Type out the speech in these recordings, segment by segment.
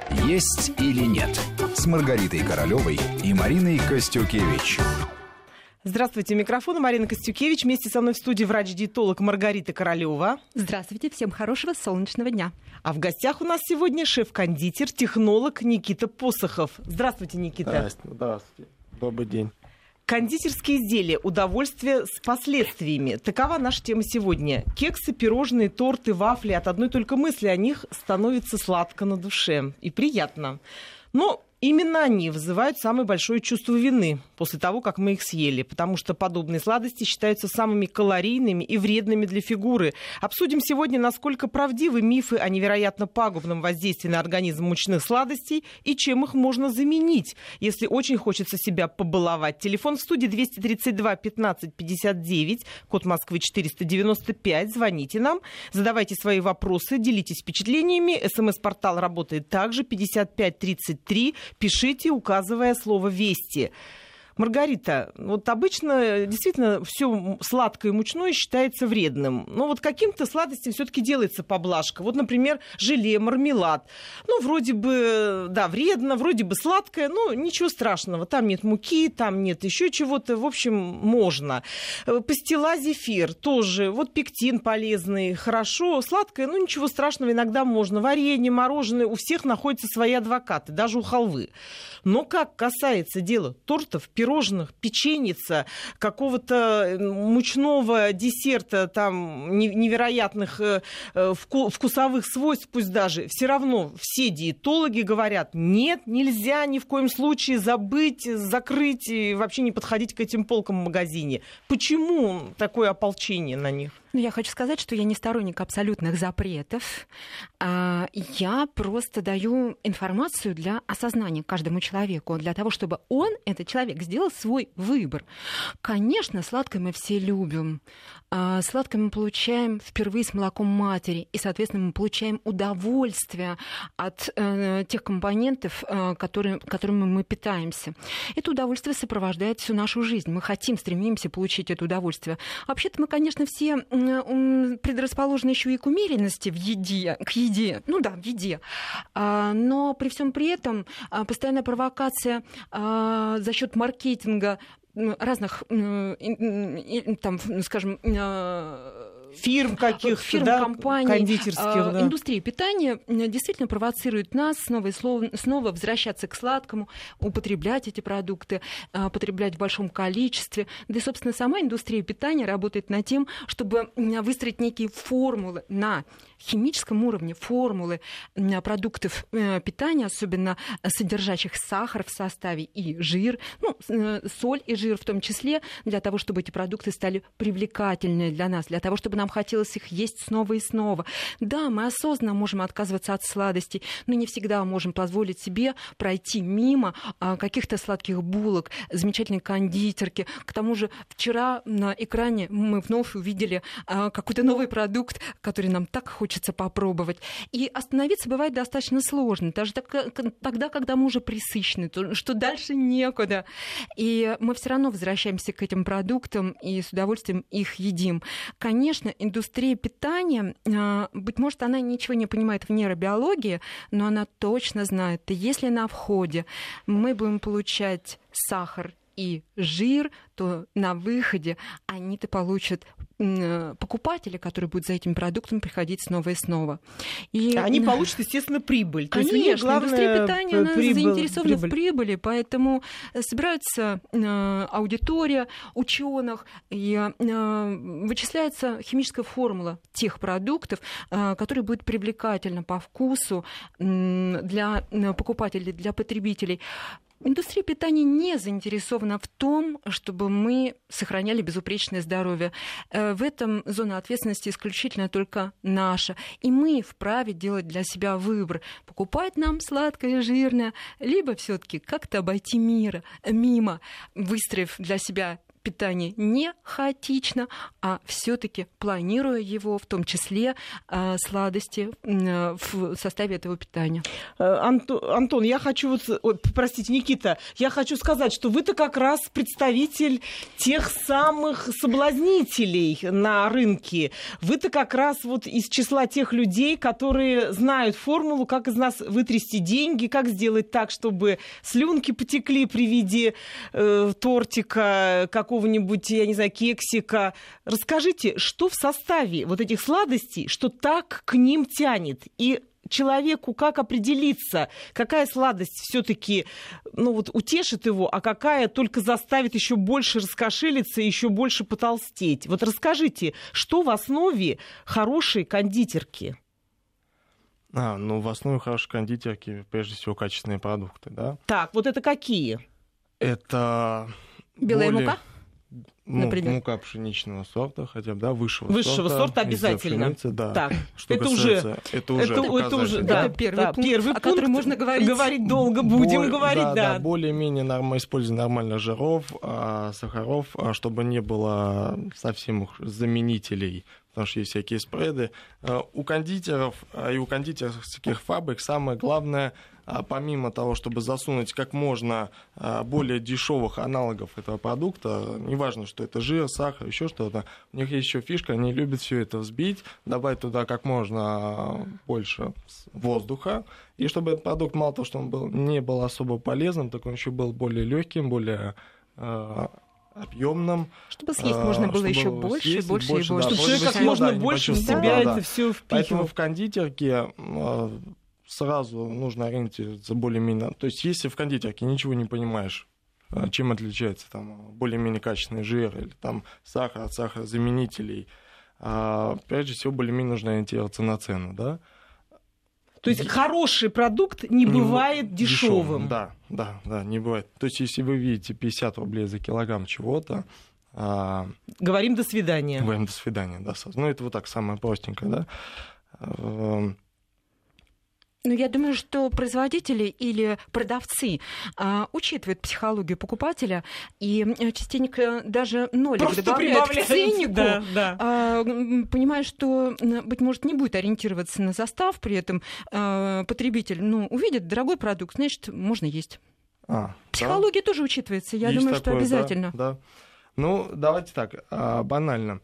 «Есть или нет» с Маргаритой Королевой и Мариной Костюкевич. Здравствуйте, у микрофона Марина Костюкевич. Вместе со мной в студии врач-диетолог Маргарита Королева. Здравствуйте, всем хорошего солнечного дня. А в гостях у нас сегодня шеф-кондитер, технолог Никита Посохов. Здравствуйте, Никита. Здравствуйте. Добрый день. Кондитерские изделия, удовольствие с последствиями. Такова наша тема сегодня. Кексы, пирожные, торты, вафли. От одной только мысли о них становится сладко на душе. И приятно. Но именно они вызывают самое большое чувство вины после того, как мы их съели, потому что подобные сладости считаются самыми калорийными и вредными для фигуры. Обсудим сегодня, насколько правдивы мифы о невероятно пагубном воздействии на организм мучных сладостей и чем их можно заменить, если очень хочется себя побаловать. Телефон в студии 232 15 59, код Москвы 495. Звоните нам, задавайте свои вопросы, делитесь впечатлениями. СМС-портал работает также 5533. Пишите, указывая слово «Вести». Маргарита, вот обычно действительно все сладкое и мучное считается вредным. Но вот каким-то сладостям все-таки делается поблажка. Вот, например, желе, мармелад. Ну, вроде бы, да, вредно, вроде бы сладкое, но ничего страшного. Там нет муки, там нет еще чего-то. В общем, можно. Пастила, зефир тоже. Вот пектин полезный, хорошо. Сладкое, ну, ничего страшного, иногда можно. Варенье, мороженое. У всех находятся свои адвокаты, даже у халвы. Но как касается дела тортов, пирожных, печеница, какого-то мучного десерта, там, невероятных вкусовых свойств, пусть даже, все равно все диетологи говорят, нет, нельзя ни в коем случае забыть, закрыть и вообще не подходить к этим полкам в магазине. Почему такое ополчение на них? Я хочу сказать, что я не сторонник абсолютных запретов. Я просто даю информацию для осознания каждому человеку, для того, чтобы он, этот человек, сделал свой выбор. Конечно, сладкое мы все любим. Сладкое мы получаем впервые с молоком матери, и, соответственно, мы получаем удовольствие от тех компонентов, которыми мы питаемся. Это удовольствие сопровождает всю нашу жизнь. Мы стремимся получить это удовольствие. Вообще-то мы, конечно, все предрасположены еще и к умеренности в еде, к еде. Ну да, в еде. Но при всем при этом постоянная провокация за счет маркетинга разных, там, скажем, фирм каких-то, да, компаний, кондитерских, да. Индустрия питания действительно провоцирует нас снова возвращаться к сладкому, употреблять эти продукты, потреблять в большом количестве. Да и, собственно, сама индустрия питания работает над тем, чтобы выстроить некие формулы на химическом уровне, формулы продуктов питания, особенно содержащих сахар в составе и жир, соль и жир в том числе, для того, чтобы эти продукты стали привлекательны для нас, для того, чтобы нам хотелось их есть снова и снова. Да, мы осознанно можем отказываться от сладостей, но не всегда можем позволить себе пройти мимо каких-то сладких булок, замечательной кондитерки. К тому же вчера на экране мы вновь увидели какой-то новый продукт, который нам так хочется попробовать. И остановиться бывает достаточно сложно, даже тогда, когда мы уже пресыщены, что дальше некуда. И мы все равно возвращаемся к этим продуктам и с удовольствием их едим. Конечно, индустрия питания, быть может, она ничего не понимает в нейробиологии, но она точно знает, если на входе мы будем получать сахар и жир, то на выходе они-то получат покупатели, которые будут за этим продуктом приходить снова и снова. И они получат, естественно, прибыль. Конечно, то есть индустрия питания она заинтересована в прибыли, поэтому собирается аудитория ученых, и вычисляется химическая формула тех продуктов, которые будут привлекательны по вкусу для покупателей, для потребителей. Индустрия питания не заинтересована в том, чтобы мы сохраняли безупречное здоровье. В этом зона ответственности исключительно только наша. И мы вправе делать для себя выбор. Покупать нам сладкое, жирное, либо все-таки как-то обойти мимо, выстроив для себя питание не хаотично, а все-таки планируя его, в том числе сладости в составе этого питания. Антон, я хочу Никита, я хочу сказать, что вы-то как раз представитель тех самых соблазнителей на рынке. Вы-то как раз вот из числа тех людей, которые знают формулу, как из нас вытрясти деньги, как сделать так, чтобы слюнки потекли при виде тортика, какого-нибудь, я не знаю, кексика. Расскажите, что в составе вот этих сладостей, что так к ним тянет? И человеку как определиться, какая сладость все-таки утешит его, а какая только заставит еще больше раскошелиться и еще больше потолстеть? Вот расскажите, что в основе хорошей кондитерки? В основе хорошей кондитерки, прежде всего, качественные продукты, да? Так, вот это какие? Это белая мука? Например. Мука пшеничного сорта, хотя бы, да, высшего сорта обязательно. Пшеницы, да. Так, что это уже первый пункт, о котором можно говорить. Говорить долго будем говорить, да. Более-менее использование нормально жиров, сахаров, чтобы не было совсем заменителей, потому что есть всякие спреды. У кондитеров и у кондитерских фабрик самое главное, помимо того, чтобы засунуть как можно более дешевых аналогов этого продукта, неважно, что это жир, сахар, еще что-то, у них есть еще фишка, они любят все это взбить, добавить туда как можно больше воздуха, и чтобы этот продукт, мало того, что он не был особо полезным, так он еще был более легким, более объемным. Чтобы съесть можно было еще больше и больше. Чтобы человек как можно больше в себя это все впихивал. Поэтому в кондитерке сразу нужно ориентироваться более-менее. То есть, если в кондитерке ничего не понимаешь, чем отличается там более-менее качественный жир или там сахар от сахарозаменителей, прежде всего более-менее нужно ориентироваться на цену, да? То есть хороший продукт не бывает дешевым. Да, не бывает. То есть, если вы видите 50 рублей за килограмм чего-то, говорим до свидания. Говорим до свидания, да. Это вот так самое простенькое, да. Я думаю, что производители или продавцы учитывают психологию покупателя и частенько даже нолик добавляют к ценнику, понимая, что, быть может, не будет ориентироваться на состав, при этом потребитель увидит дорогой продукт, значит, можно есть. Психология тоже учитывается, я думаю, что обязательно. Да. Давайте так, банально.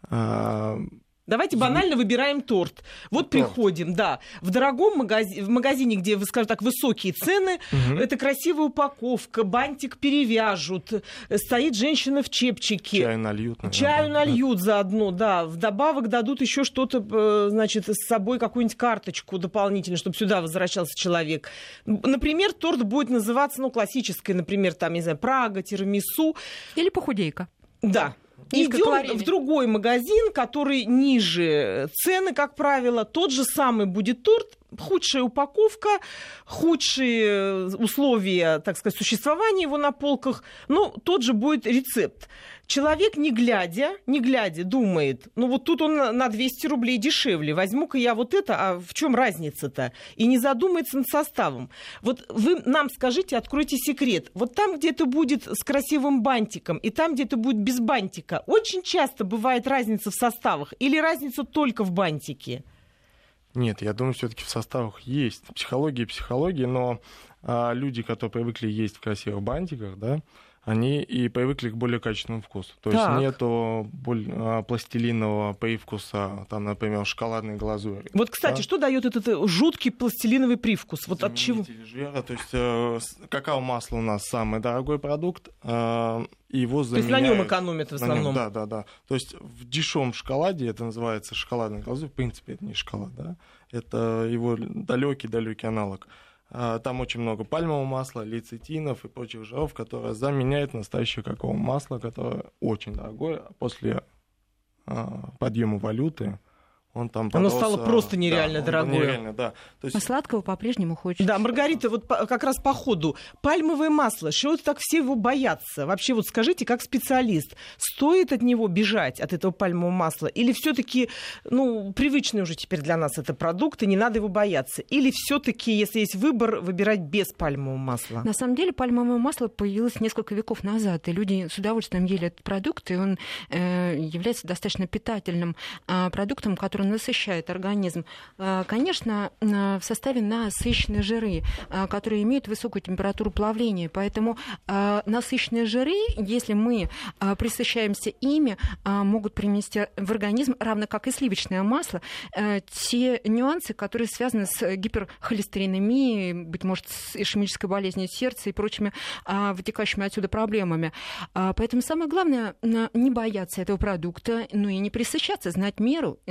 Давайте банально выбираем торт. Приходим, в дорогом магазине, где, скажем так, высокие цены, это красивая упаковка, бантик перевяжут, стоит женщина в чепчике. Чаю нальют заодно, да. Вдобавок дадут еще что-то, с собой какую-нибудь карточку дополнительную, чтобы сюда возвращался человек. Например, торт будет называться, классической, например, там, не знаю, Прага, тирамису. Или похудейка. Да. Идем в другой магазин, который ниже цены, как правило. Тот же самый будет торт, худшая упаковка, худшие условия, так сказать, существования его на полках, но тот же будет рецепт. Человек, не глядя, думает, тут он на 200 рублей дешевле, возьму-ка я это, а в чем разница-то? И не задумается над составом. Вы нам скажите, откройте секрет. Там, где это будет с красивым бантиком, и там, где это будет без бантика, очень часто бывает разница в составах или разница только в бантике? Нет, я думаю, все-таки в составах есть психология, но люди, которые привыкли есть в красивых бантиках, да, они и привыкли к более качественному вкусу. То есть нету пластилинового привкуса, там, например, шоколадной глазури. Кстати, что дает этот жуткий пластилиновый привкус? От чего? Жира, то есть какао-масло у нас самый дорогой продукт, его заменяют... То есть на нем экономят в основном? Да. То есть в дешевом шоколаде, это называется шоколадная глазурь, в принципе, это не шоколад, да? Это его далекий аналог. Там очень много пальмового масла, лецитинов и прочих жиров, которые заменяют настоящее какао-масло, которое очень дорогое. После подъема валюты Оно стало просто нереально дорогое. Нереально, да. То есть... А сладкого по-прежнему хочется. Да, Маргарита, вот как раз по ходу. Пальмовое масло, чего так все его боятся? Вообще вот скажите, как специалист, стоит от него бежать, от этого пальмового масла? Или все-таки, привычный уже теперь для нас это продукт, и не надо его бояться? Или все-таки, если есть выбор, выбирать без пальмового масла? На самом деле пальмовое масло появилось несколько веков назад, и люди с удовольствием ели этот продукт, и он является достаточно питательным продуктом, который насыщает организм. Конечно, в составе насыщенные жиры, которые имеют высокую температуру плавления, поэтому насыщенные жиры, если мы присыщаемся ими, могут принести в организм, равно как и сливочное масло, те нюансы, которые связаны с гиперхолестеринемией, быть может, с ишемической болезнью сердца и прочими вытекающими отсюда проблемами. Поэтому самое главное не бояться этого продукта, и не присыщаться, знать меру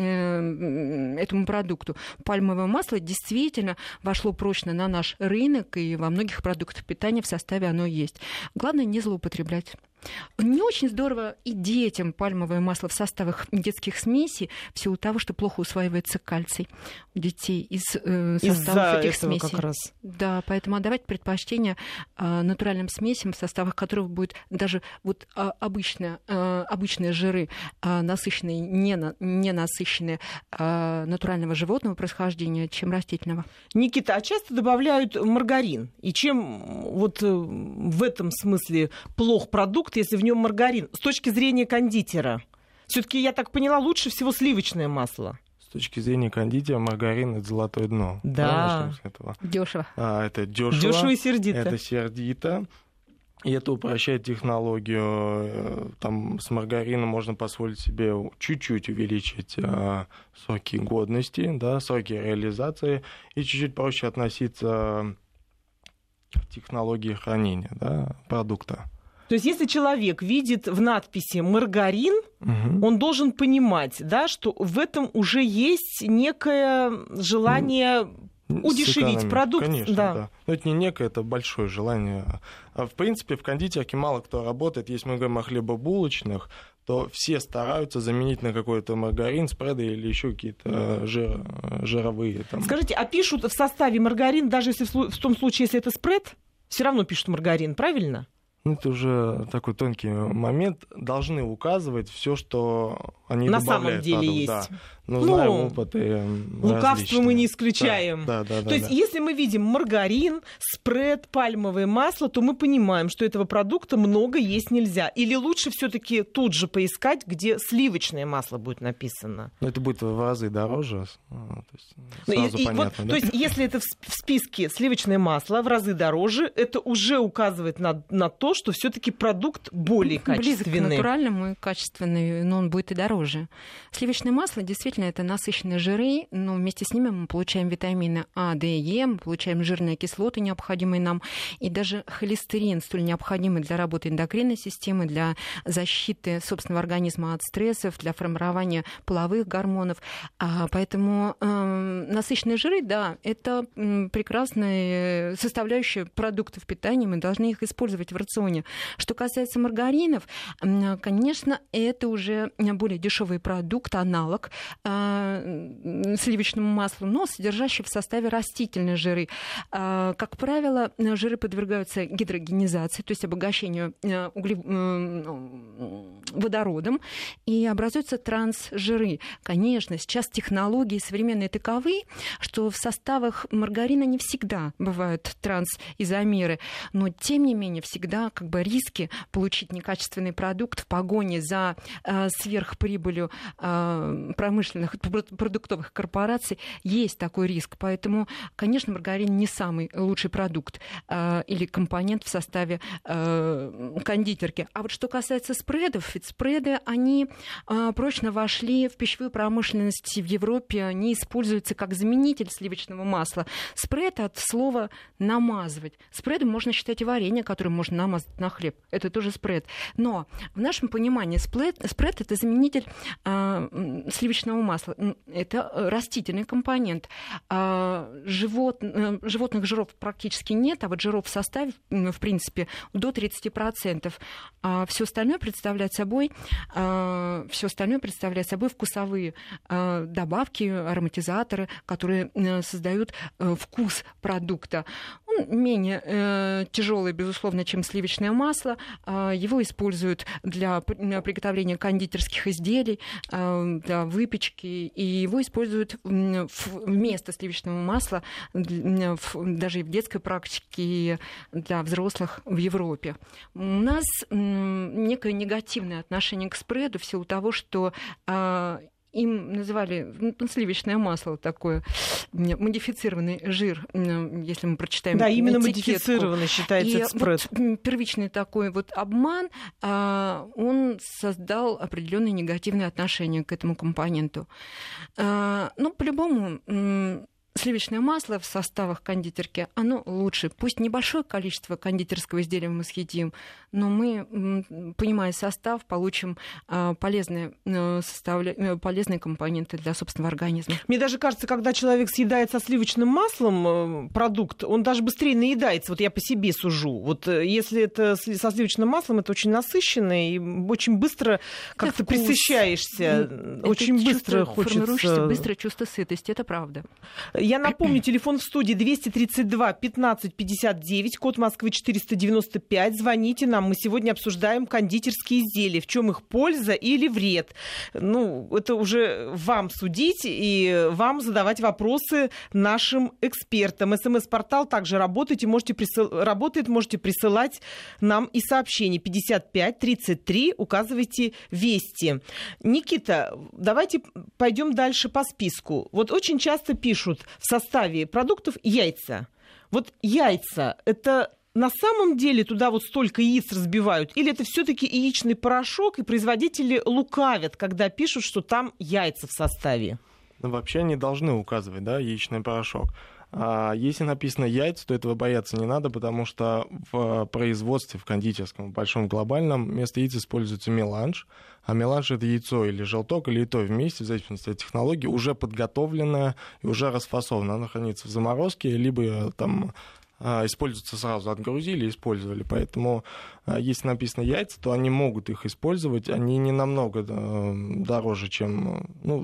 этому продукту. Пальмовое масло действительно вошло прочно на наш рынок, и во многих продуктах питания в составе оно есть. Главное не злоупотреблять. Не очень здорово и детям пальмовое масло в составах детских смесей в силу того, что плохо усваивается кальций у детей из составов этих смесей. Как раз. Да, поэтому отдавать предпочтение натуральным смесям, в составах которых будет даже обычные жиры, насыщенные, ненасыщенные натурального животного происхождения, чем растительного. Никита, а часто добавляют маргарин? И чем вот в этом смысле плох продукт, если в нем маргарин, с точки зрения кондитера? Все-таки, я так поняла, лучше всего сливочное масло. С точки зрения кондитера маргарин — это золотое дно. Да. Дешево. Это дешево. Дешево и сердито. Это сердито. И это упрощает технологию. Там с маргарином можно позволить себе чуть-чуть увеличить сроки годности, да, сроки реализации, и чуть-чуть проще относиться к технологии хранения, да, продукта. То есть, если человек видит в надписи «маргарин», он должен понимать, да, что в этом уже есть некое желание удешевить продукт. Конечно, да. Но это не некое, это большое желание. В принципе, в кондитерке мало кто работает. Если мы говорим о хлебобулочных, то все стараются заменить на какой-то маргарин, спреды или еще какие-то жировые. Там. Скажите, а пишут в составе маргарин, даже если в том случае, если это спред, все равно пишут маргарин, правильно? Это уже такой тонкий момент. Должны указывать все, что они на добавляют. На самом деле надо, есть. Да. Но знаем опыты лукавство различные. Мы не исключаем. Да. То есть, если мы видим маргарин, спред, пальмовое масло, то мы понимаем, что этого продукта много есть нельзя. Или лучше все-таки тут же поискать, где сливочное масло будет написано. Но это будет в разы дороже. Сразу понятно. То есть, если это в списке сливочное масло в разы дороже, это уже указывает на то, что все-таки продукт более качественный. Близок к натуральному и качественный, но он будет и дороже. Сливочное масло действительно это насыщенные жиры, но вместе с ними мы получаем витамины А, Д и Е, мы получаем жирные кислоты, необходимые нам, и даже холестерин, столь необходимый для работы эндокринной системы, для защиты собственного организма от стрессов, для формирования половых гормонов. Поэтому насыщенные жиры, да, это прекрасная составляющая продуктов питания, мы должны их использовать в рационе. Что касается маргаринов, конечно, это уже более дешевый продукт, аналог сливочному маслу, но содержащий в составе растительные жиры. Как правило, жиры подвергаются гидрогенизации, то есть обогащению водородом, и образуются трансжиры. Конечно, сейчас технологии современные таковы, что в составах маргарина не всегда бывают трансизомеры, но тем не менее всегда риски получить некачественный продукт в погоне за сверхприбылью промышленных продуктовых корпораций есть такой риск. Поэтому, конечно, маргарин не самый лучший продукт или компонент в составе кондитерки. А вот что касается спредов, ведь спреды, они прочно вошли в пищевую промышленность в Европе, они используются как заменитель сливочного масла. Спред от слова «намазывать». Спредом можно считать и варенье, которое можно намазать на хлеб. Это тоже спред. Но в нашем понимании спред — это заменитель сливочного масла. Это растительный компонент. Животных жиров практически нет, а вот жиров в составе, в принципе, до 30%. А все остальное представляет собой вкусовые добавки, ароматизаторы, которые создают вкус продукта. Он менее тяжелый, безусловно, чем сливочное масло. Его используют для приготовления кондитерских изделий, для выпечки, и его используют вместо сливочного масла даже и в детской практике для взрослых в Европе. У нас некое негативное отношение к спреду в силу того, что им называли сливочное масло, такое модифицированный жир, если мы прочитаем этикетку. Да, именно этикетку. Модифицированный считается спред. Вот первичный такой вот обман, он создал определенное негативное отношение к этому компоненту. Но по-любому сливочное масло в составах кондитерки, оно лучше. Пусть небольшое количество кондитерского изделия мы съедим, но мы, понимая состав, получим полезные компоненты для собственного организма. Мне даже кажется, когда человек съедает со сливочным маслом продукт, он даже быстрее наедается. Вот я по себе сужу. Вот если это со сливочным маслом, это очень насыщенно, и очень быстро как-то присыщаешься. Очень быстро хочется. Формируешься быстро чувство сытости, это правда. Я напомню, телефон в студии 232 15 59, код Москвы 495. Звоните нам. Мы сегодня обсуждаем кондитерские изделия. В чем их польза или вред? Ну, это уже вам судить и вам задавать вопросы нашим экспертам. СМС-портал также работает. Можете присылать нам и сообщения. 55 33. Указывайте «Вести». Никита, давайте пойдем дальше по списку. Вот очень часто пишут в составе продуктов яйца. Вот яйца — это на самом деле туда вот столько яиц разбивают? Или это все-таки яичный порошок, и производители лукавят, когда пишут, что там яйца в составе? Ну, вообще они должны указывать, да, яичный порошок. А если написано яйца, то этого бояться не надо, потому что в производстве, в кондитерском, в большом глобальном, вместо яиц используется меланж. А меланж — это яйцо или желток, или и то вместе, в зависимости от технологии, уже подготовленное и уже расфасовано. Оно хранится в заморозке, либо там используется сразу, отгрузили и использовали. Поэтому если написано яйца, то они могут их использовать. Они не намного дороже, чем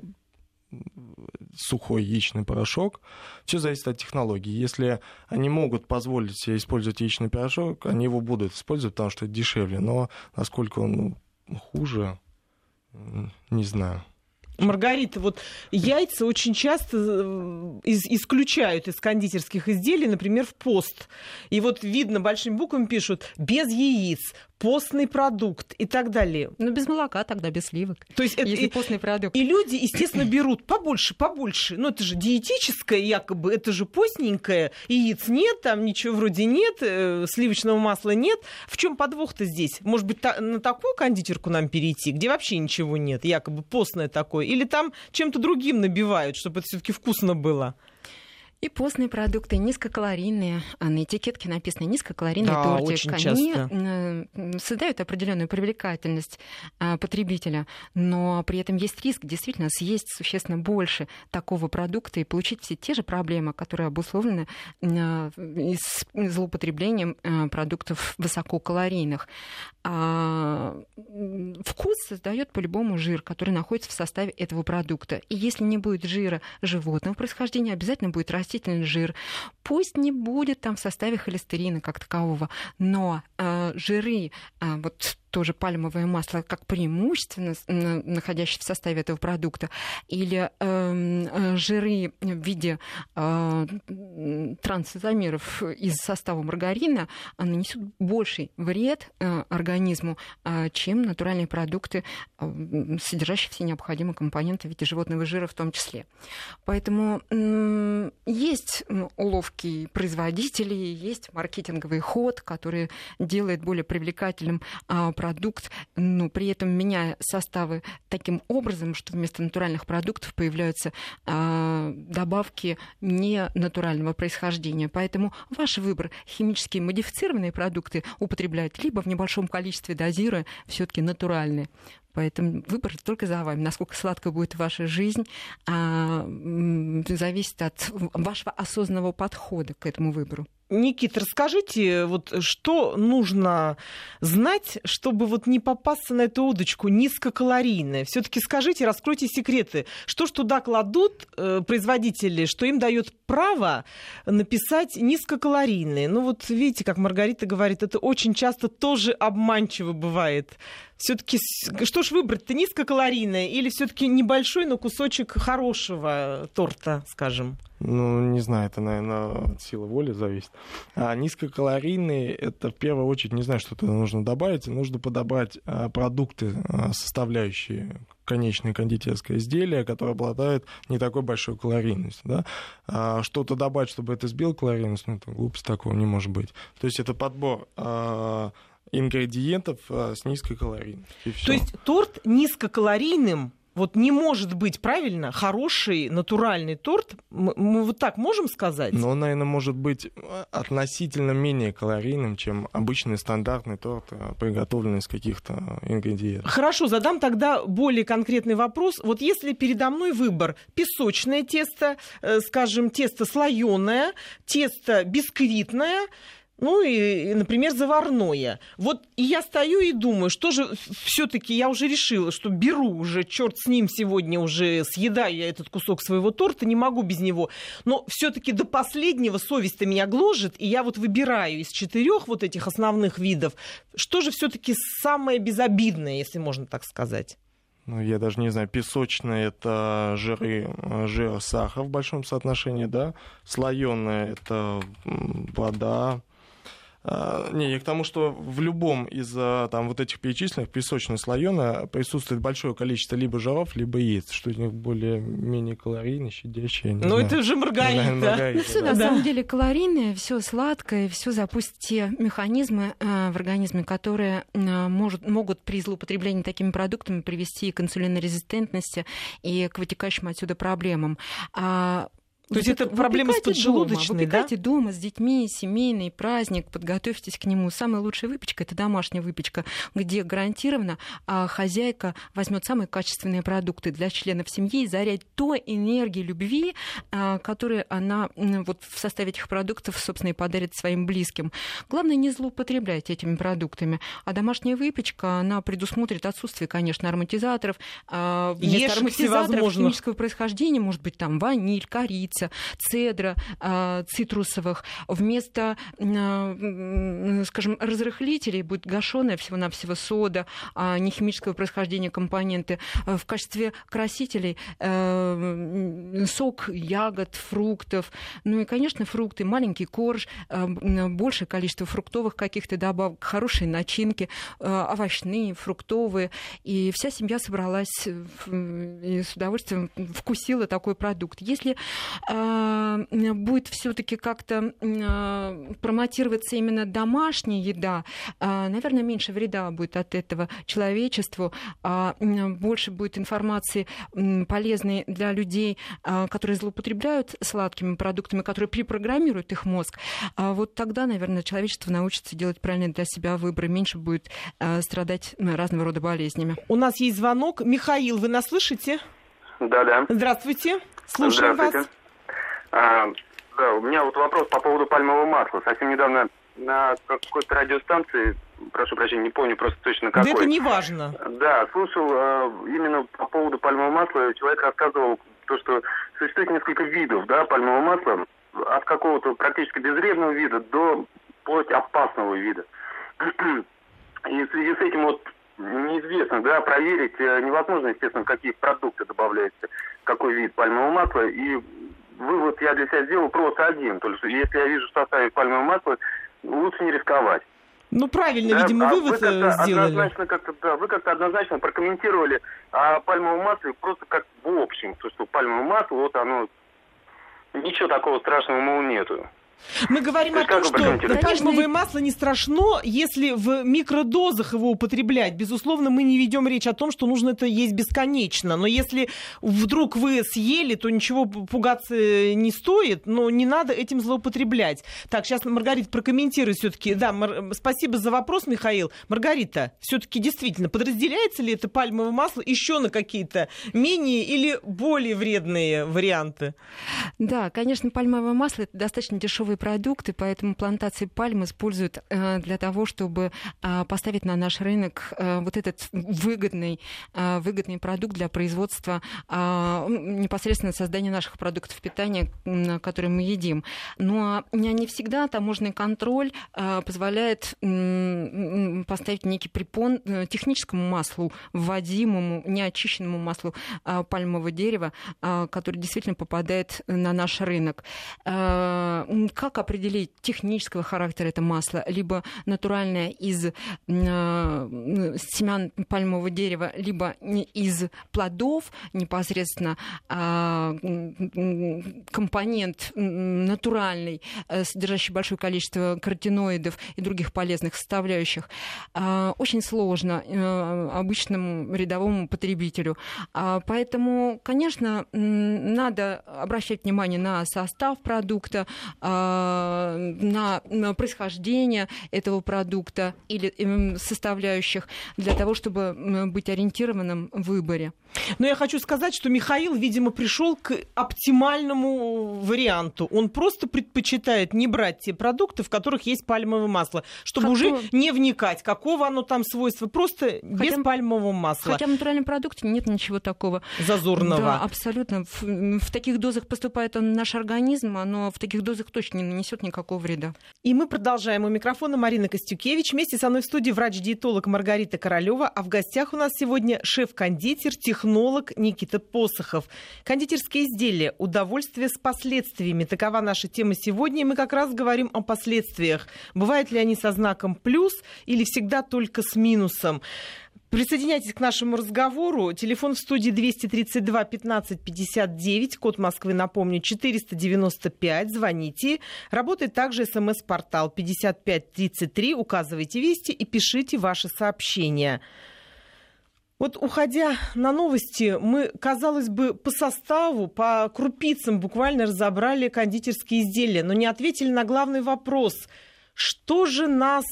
сухой яичный порошок. Все зависит от технологии. Если они могут позволить себе использовать яичный порошок, они его будут использовать, потому что это дешевле. Но насколько он хуже, не знаю. Маргарита, вот яйца очень часто исключают из кондитерских изделий, например, в пост. И вот видно, большими буквами пишут «без яиц», «постный продукт» и так далее. Ну, без молока тогда, без сливок. То есть это постный продукт. И люди, естественно, берут побольше. Ну, это же диетическое якобы, это же постненькое. Яиц нет, там ничего вроде нет, сливочного масла нет. В чем подвох-то здесь? Может быть, на такую кондитерку нам перейти, где вообще ничего нет, якобы постное такое? Или там чем-то другим набивают, чтобы это все-таки вкусно было? И постные продукты низкокалорийные, на этикетке написано низкокалорийный тортик. Очень они часто создают определенную привлекательность потребителя, но при этом есть риск действительно съесть существенно больше такого продукта и получить все те же проблемы, которые обусловлены злоупотреблением продуктов высококалорийных. Вкус создает по-любому жир, который находится в составе этого продукта. И если не будет жира животного происхождения, обязательно будет растительный жир. Пусть не будет там в составе холестерина как такового, но жиры, вот тоже пальмовое масло, как преимущественно находящееся в составе этого продукта, или жиры в виде трансизомеров из состава маргарина нанесут больший вред организму, чем натуральные продукты, содержащие все необходимые компоненты в виде животного жира в том числе. Поэтому есть уловки производителей, есть маркетинговый ход, который делает более привлекательным продукт, но при этом меняя составы таким образом, что вместо натуральных продуктов появляются добавки ненатурального происхождения. Поэтому ваш выбор — химически модифицированные продукты употреблять, либо в небольшом количестве дозируя все-таки натуральные. Поэтому выбор только за вами. Насколько сладкой будет ваша жизнь, зависит от вашего осознанного подхода к этому выбору. Никита, расскажите, вот что нужно знать, чтобы вот не попасться на эту удочку низкокалорийное? Все-таки скажите, раскройте секреты. Что ж туда кладут производители, что им дает право написать низкокалорийные? Ну вот видите, как Маргарита говорит, это очень часто тоже обманчиво бывает. Все-таки что ж выбрать-то, низкокалорийное или все-таки небольшой, но кусочек хорошего торта, скажем? Ну, не знаю, это, наверное, от силы воли зависит. А низкокалорийные, это в первую очередь, не знаю, что туда нужно добавить. Нужно подобрать продукты, составляющие конечное кондитерское изделие, которое обладает не такой большой калорийностью. Да? Что-то добавить, чтобы это сбил калорийность, ну, это глупость, такого не может быть. То есть это подбор ингредиентов с низкой калорийностью. То есть торт низкокалорийным вот не может быть, правильно, хороший натуральный торт, мы вот так можем сказать? Но он, наверное, может быть относительно менее калорийным, чем обычный стандартный торт, приготовленный из каких-то ингредиентов. Хорошо, задам тогда более конкретный вопрос. Вот если передо мной выбор песочное тесто, скажем, тесто слоеное, тесто бисквитное, ну и, например, заварное. Вот и я стою и думаю, что же все-таки я уже решила, что беру уже, черт с ним, сегодня уже съедаю я этот кусок своего торта, не могу без него. Но все-таки до последнего совесть-то меня гложет, и я вот выбираю из 4 вот этих основных видов, что же все-таки самое безобидное, если можно так сказать. Ну, я даже не знаю, песочное — это жир, сахар в большом соотношении, да? Слоеное — это вода. Не, я к тому, что в любом из там, вот этих перечисленных, песочно-слоёное, присутствует большое количество либо жиров, либо яиц, что из них более-менее калорийно, щадящее. Ну, это же Маргарита. Ну, все на самом деле калорийное, все сладкое, все запустит те механизмы в организме, которые могут при злоупотреблении такими продуктами привести к инсулинорезистентности и к вытекающим отсюда проблемам. То есть это проблема с поджелудочной, да? Выпекайте дома с детьми, семейный праздник, подготовьтесь к нему. Самая лучшая выпечка — это домашняя выпечка, где гарантированно хозяйка возьмет самые качественные продукты для членов семьи и зарядит той энергией любви, которую она вот в составе этих продуктов, собственно, и подарит своим близким. Главное, не злоупотреблять этими продуктами. А домашняя выпечка, она предусмотрит отсутствие, конечно, ароматизаторов. Вместо ароматизаторов химического происхождения может быть там ваниль, корица, цедра цитрусовых. Вместо, скажем, разрыхлителей будет гашеная всего-навсего сода, не химического происхождения компоненты. В качестве красителей сок ягод, фруктов. Ну и, конечно, фрукты, маленький корж, большее количество фруктовых каких-то добавок, хорошие начинки, овощные, фруктовые. И вся семья собралась и с удовольствием вкусила такой продукт. Если будет все-таки как-то промотироваться именно домашняя еда, наверное, меньше вреда будет от этого человечеству, больше будет информации полезной для людей, которые злоупотребляют сладкими продуктами, которые перепрограммируют их мозг. Вот тогда, наверное, человечество научится делать правильный для себя выбор, меньше будет страдать разного рода болезнями. У нас есть звонок. Михаил, вы нас слышите? Да. Здравствуйте. Слушаем вас. Да, у меня вот вопрос по поводу пальмового масла. Совсем недавно на какой-то радиостанции, прошу прощения, не помню просто точно какой. Да это не важно. Да, слушал именно по поводу пальмового масла. Человек рассказывал то, что существует несколько видов, да, пальмового масла. От какого-то практически безвредного вида до вплоть опасного вида. И в связи с этим вот неизвестно, да, проверить невозможно, естественно, какие продукты добавляются, какой вид пальмового масла. И вывод я для себя сделал просто один. То есть, если я вижу в составе пальмового масла, лучше не рисковать. Ну, правильно, да? Видимо, вывод сделали. Вы как-то однозначно прокомментировали о пальмовом масле просто как в общем. То, что пальмовое масло, вот оно, ничего такого страшного, мол, нету. Мы говорим о том, что пальмовое масло не страшно, если в микродозах его употреблять. Безусловно, мы не ведем речь о том, что нужно это есть бесконечно. Но если вдруг вы съели, то ничего пугаться не стоит, но не надо этим злоупотреблять. Так, сейчас Маргарита прокомментирует все-таки. Да, спасибо за вопрос, Михаил. Маргарита, все-таки действительно, подразделяется ли это пальмовое масло еще на какие-то менее или более вредные варианты? Да, конечно, пальмовое масло — это достаточно дешевые продукты, поэтому плантации пальм используют для того, чтобы поставить на наш рынок вот этот выгодный продукт для производства, непосредственно создания наших продуктов питания, которые мы едим. Но не всегда таможенный контроль позволяет поставить некий препон техническому маслу, вводимому, неочищенному маслу пальмового дерева, который действительно попадает на наш рынок. Как определить технического характера это масло? Либо натуральное из семян пальмового дерева, либо из плодов непосредственно, компонент натуральный, содержащий большое количество каротиноидов и других полезных составляющих. Очень сложно обычному рядовому потребителю. Поэтому, конечно, надо обращать внимание на состав продукта, на происхождение этого продукта или составляющих для того, чтобы быть ориентированным в выборе. Но я хочу сказать, что Михаил, видимо, пришел к оптимальному варианту. Он просто предпочитает не брать те продукты, в которых есть пальмовое масло, чтобы уже не вникать, какого оно там свойства, просто без пальмового масла. Хотя в натуральном продукте нет ничего такого зазорного. Да, абсолютно. В таких дозах поступает он в наш организм, оно в таких дозах точно не нанесет никакого вреда. И мы продолжаем. У микрофона Марина Костюкевич. Вместе со мной в студии врач-диетолог Маргарита Королева, а в гостях у нас сегодня шеф-кондитер, технолог Никита Посохов. Кондитерские изделия, удовольствие с последствиями. Такова наша тема сегодня. И мы как раз говорим о последствиях. Бывают ли они со знаком плюс или всегда только с минусом? Присоединяйтесь к нашему разговору. Телефон в студии 232 15 59, код Москвы, напомню, 495. Звоните. Работает также СМС-портал 5533. Указывайте вести и пишите ваши сообщения. Вот уходя на новости, мы, казалось бы, по составу, по крупицам буквально разобрали кондитерские изделия, но не ответили на главный вопрос. Что же нас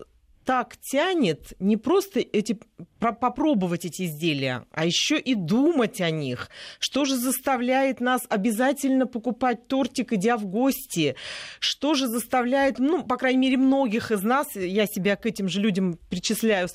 так тянет не просто попробовать эти изделия, а еще и думать о них? Что же заставляет нас обязательно покупать тортик, идя в гости? Что же заставляет, по крайней мере, многих из нас, я себя к этим же людям причисляю,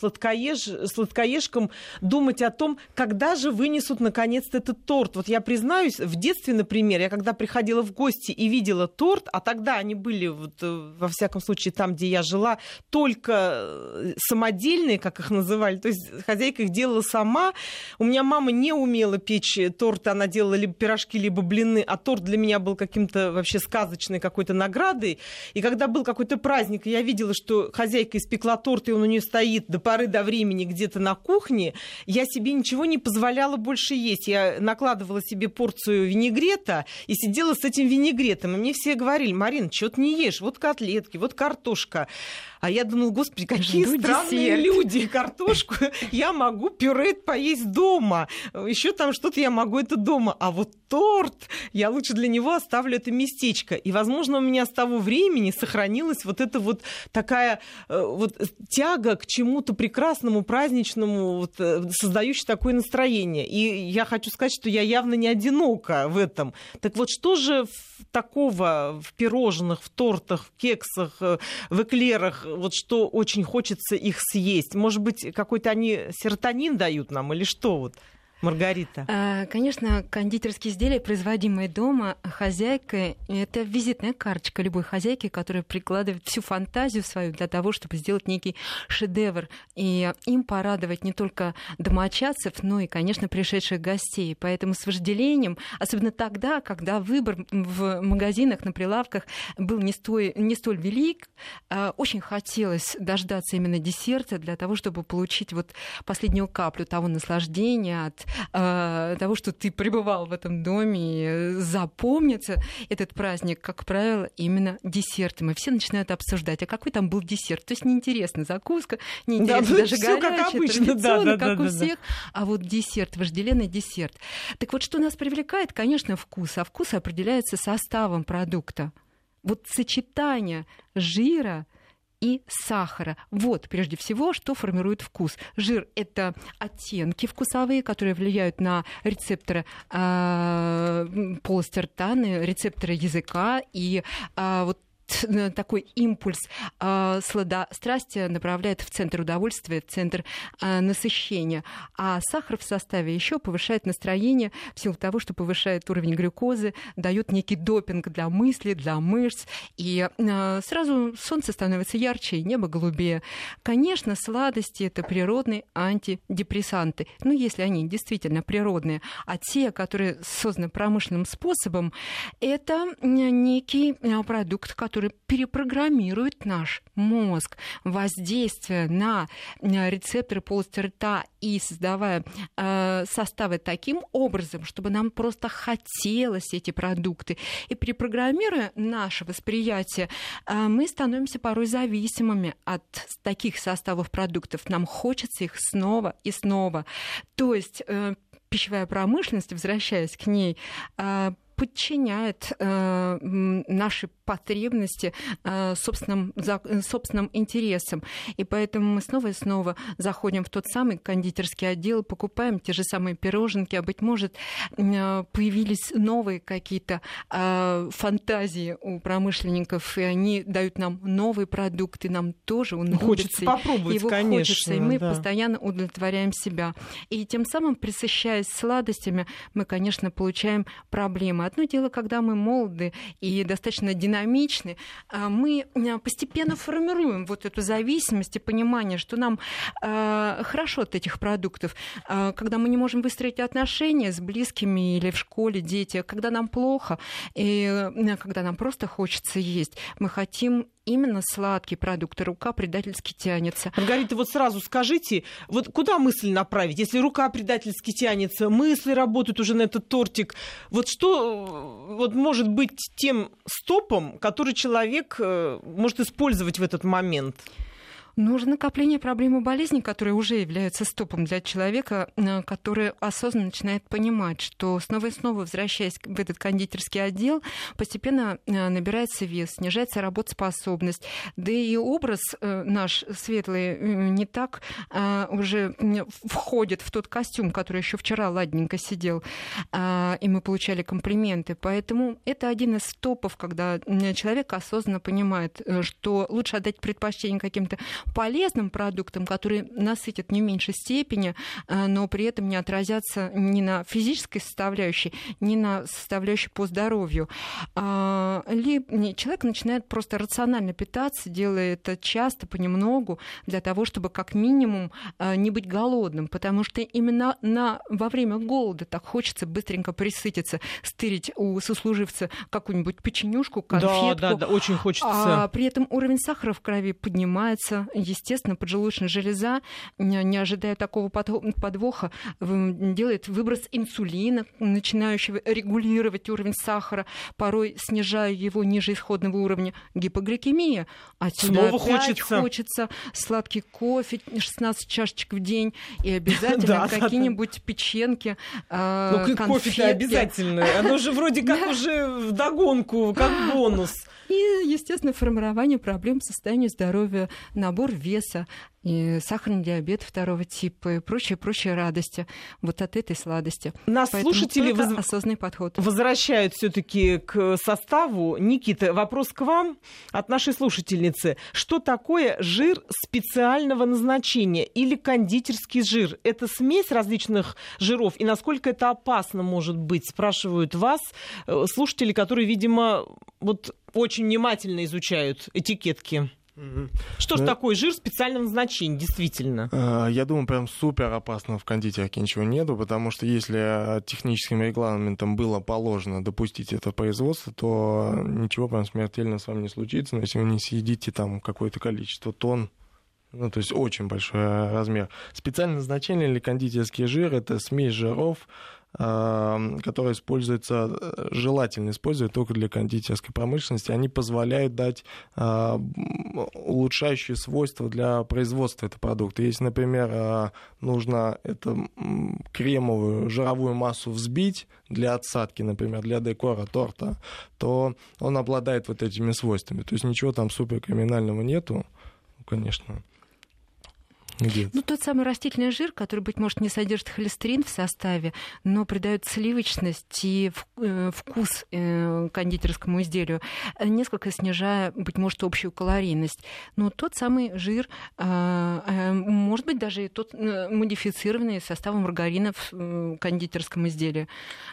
сладкоежкам, думать о том, когда же вынесут наконец-то этот торт? Вот я признаюсь, в детстве, например, я когда приходила в гости и видела торт, а тогда они были, во всяком случае, там, где я жила, только самодельные, как их называли, то есть хозяйка их делала сама. У меня мама не умела печь торты, она делала либо пирожки, либо блины, а торт для меня был каким-то вообще сказочной какой-то наградой. И когда был какой-то праздник, и я видела, что хозяйка испекла торт, и он у нее стоит до поры до времени где-то на кухне, я себе ничего не позволяла больше есть. Я накладывала себе порцию винегрета и сидела с этим винегретом. И мне все говорили: Марин, что ты не ешь? Вот котлетки, вот картошка. А я думала: господи, какие странные люди. Картошку я могу пюре поесть дома. Еще там что-то я могу это дома. А вот торт, я лучше для него оставлю это местечко. И, возможно, у меня с того времени сохранилась вот эта вот такая вот тяга к чему-то прекрасному, праздничному, вот, создающей такое настроение. И я хочу сказать, что я явно не одинока в этом. Так вот, что же такого в пирожных, в тортах, в кексах, в эклерах, вот что очень хочется их съесть? Может быть, какой-то они серотонин дают нам или что вот? Маргарита. Конечно, кондитерские изделия, производимые дома хозяйкой, это визитная карточка любой хозяйки, которая прикладывает всю фантазию свою для того, чтобы сделать некий шедевр. И им порадовать не только домочадцев, но и, конечно, пришедших гостей. Поэтому с вожделением, особенно тогда, когда выбор в магазинах, на прилавках был не столь велик, очень хотелось дождаться именно десерта для того, чтобы получить вот последнюю каплю того наслаждения от того, что ты пребывал в этом доме, запомнится этот праздник, как правило, именно десертом. И все начинают обсуждать, а какой там был десерт. То есть неинтересно закуска, неинтересно даже горячая, традиционно, как у всех. А вот десерт, вожделенный десерт. Так вот, что нас привлекает, конечно, вкус. А вкус определяется составом продукта. Вот сочетание жира и сахара. Вот, прежде всего, что формирует вкус. Жир — это оттенки вкусовые, которые влияют на рецепторы полости рта, на рецепторы языка. И вот такой импульс сладострастия направляет в центр удовольствия, в центр насыщения. А сахар в составе еще повышает настроение в силу того, что повышает уровень глюкозы, дает некий допинг для мысли, для мышц. И сразу солнце становится ярче, и небо голубее. Конечно, сладости — это природные антидепрессанты. Ну, если они действительно природные. А те, которые созданы промышленным способом, это некий продукт, который перепрограммирует наш мозг, воздействие на рецепторы полости рта и создавая составы таким образом, чтобы нам просто хотелось эти продукты. И перепрограммируя наше восприятие, мы становимся порой зависимыми от таких составов продуктов. Нам хочется их снова и снова. То есть пищевая промышленность, возвращаясь к ней, подчиняет наши потребности собственным интересам. И поэтому мы снова и снова заходим в тот самый кондитерский отдел, покупаем те же самые пироженки, а, быть может, появились новые какие-то фантазии у промышленников, и они дают нам новые продукты, нам тоже он хочется попробовать, его конечно, хочется, и мы постоянно удовлетворяем себя. И тем самым, присыщаясь сладостями, мы, конечно, получаем проблемы. Одно дело, когда мы молоды и достаточно динамичны, мы постепенно формируем вот эту зависимость и понимание, что нам хорошо от этих продуктов. Когда мы не можем выстроить отношения с близкими или в школе, дети, когда нам плохо, и когда нам просто хочется есть, мы хотим именно сладкие продукты, рука предательски тянется. Маргарита, вот сразу скажите, вот куда мысль направить? Если рука предательски тянется, мысли работают уже на этот тортик, вот что вот может быть тем стопом, который человек может использовать в этот момент? Нужно накопление проблем и болезней, которые уже являются стопом для человека, который осознанно начинает понимать, что снова и снова, возвращаясь в этот кондитерский отдел, постепенно набирается вес, снижается работоспособность. Да и образ наш светлый не так уже входит в тот костюм, который еще вчера ладненько сидел, и мы получали комплименты. Поэтому это один из стопов, когда человек осознанно понимает, что лучше отдать предпочтение каким-то полезным продуктам, которые насытят не в меньшей степени, но при этом не отразятся ни на физической составляющей, ни на составляющей по здоровью. Человек начинает просто рационально питаться, делая это часто, понемногу, для того, чтобы как минимум не быть голодным, потому что именно во время голода так хочется быстренько присытиться, стырить у сослуживца какую-нибудь печенюшку, конфетку. Да, очень хочется. При этом уровень сахара в крови поднимается, естественно, поджелудочная железа, не ожидая такого подвоха, делает выброс инсулина, начинающего регулировать уровень сахара, порой снижая его ниже исходного уровня. Гипогликемия. Отсюда снова опять хочется сладкий кофе, 16 чашечек в день, и обязательно какие-нибудь печеньки, конфетки. Кофе-то обязательно. Оно же вроде как уже вдогонку, как бонус. И, естественно, формирование проблем состояния здоровья, набор веса, и сахарный диабет второго типа и прочие радости вот от этой сладости. Нас поэтому слушатели осознанный подход. Возвращают все-таки к составу. Никита, вопрос к вам от нашей слушательницы. Что такое жир специального назначения или кондитерский жир? Это смесь различных жиров, и насколько это опасно может быть? Спрашивают вас слушатели, которые, видимо, вот очень внимательно изучают этикетки. Что ж такое жир специального назначения, действительно? Я думаю, прям супер опасного в кондитерке ничего нету, потому что если техническим регламентом было положено допустить это производство, то ничего прям смертельно с вами не случится, но если вы не съедите там какое-то количество тонн Ну, то есть очень большой размер. Специальное назначение для кондитерский жир — это смесь жиров, которые желательно использовать только для кондитерской промышленности. Они позволяют дать улучшающие свойства для производства этого продукта. Если, например, нужно эту кремовую жировую массу взбить для отсадки, например, для декора торта, то он обладает вот этими свойствами. То есть ничего там суперкриминального нету, конечно. Где-то. Ну, тот самый растительный жир, который, быть может, не содержит холестерин в составе, но придает сливочность и вкус кондитерскому изделию, несколько снижая, быть может, общую калорийность. Но тот самый жир, может быть, даже и тот модифицированный составом маргарина в кондитерском изделии.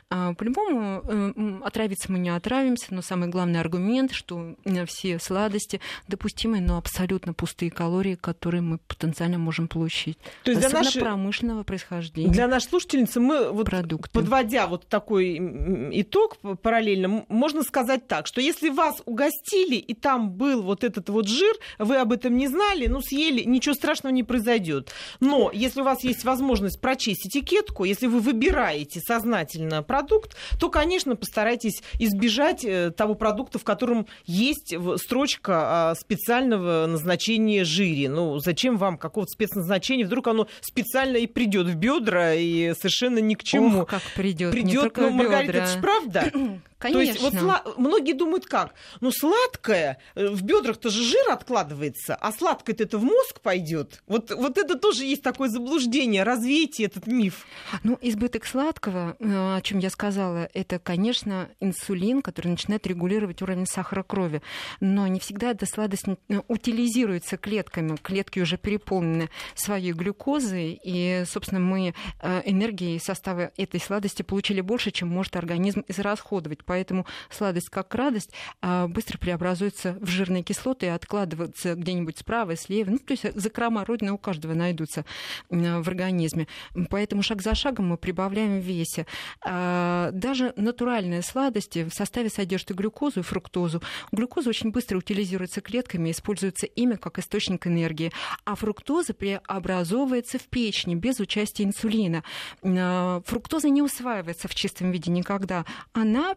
По-любому, отравиться мы не отравимся, но самый главный аргумент, что все сладости допустимые, но абсолютно пустые калории, которые мы потенциально можем получить. То есть для промышленного происхождения. Для нашей слушательницы мы, вот, подводя вот такой итог параллельно, можно сказать так, что если вас угостили, и там был вот этот вот жир, вы об этом не знали, ну, съели, ничего страшного не произойдет. Но если у вас есть возможность прочесть этикетку, если вы выбираете сознательно продукт, то, конечно, постарайтесь избежать того продукта, в котором есть строчка специального назначения жире. Ну, зачем вам какого-то специального назначение, вдруг оно специально и придет в бедра, и совершенно ни к чему. Ох, как придет, ну, Маргарита, это ж правда. Конечно. То есть вот многие думают как? Ну, сладкое, в бедрах-то же жир откладывается, а сладкое-то это в мозг пойдет. Вот это тоже есть такое заблуждение. Развейте этот миф. Ну, избыток сладкого, о чем я сказала, это, конечно, инсулин, который начинает регулировать уровень сахара крови. Но не всегда эта сладость утилизируется клетками. Клетки уже переполнены своей глюкозой, и, собственно, мы энергии состава этой сладости получили больше, чем может организм израсходовать. Поэтому сладость как радость быстро преобразуется в жирные кислоты и откладывается где-нибудь справа, слева. Ну, то есть закрома родины у каждого найдутся в организме. Поэтому шаг за шагом мы прибавляем в весе. Даже натуральные сладости в составе содержат и глюкозу, и фруктозу. Глюкоза очень быстро утилизируется клетками, используется ими как источник энергии. А фруктоза преобразовывается в печени без участия инсулина. Фруктоза не усваивается в чистом виде никогда. Она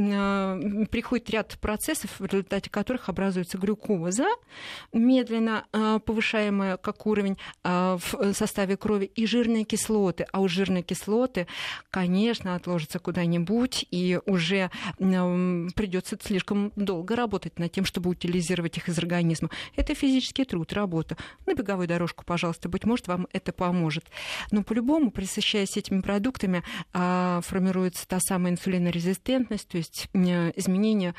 приходит ряд процессов, в результате которых образуется глюкоза, медленно повышаемая как уровень в составе крови, и жирные кислоты. А уж жирные кислоты, конечно, отложатся куда-нибудь, и уже придется слишком долго работать над тем, чтобы утилизировать их из организма. Это физический труд, работа. На беговую дорожку, пожалуйста, быть может, вам это поможет. Но по-любому, присыщаясь этими продуктами, формируется та самая инсулинорезистентность, то есть изменение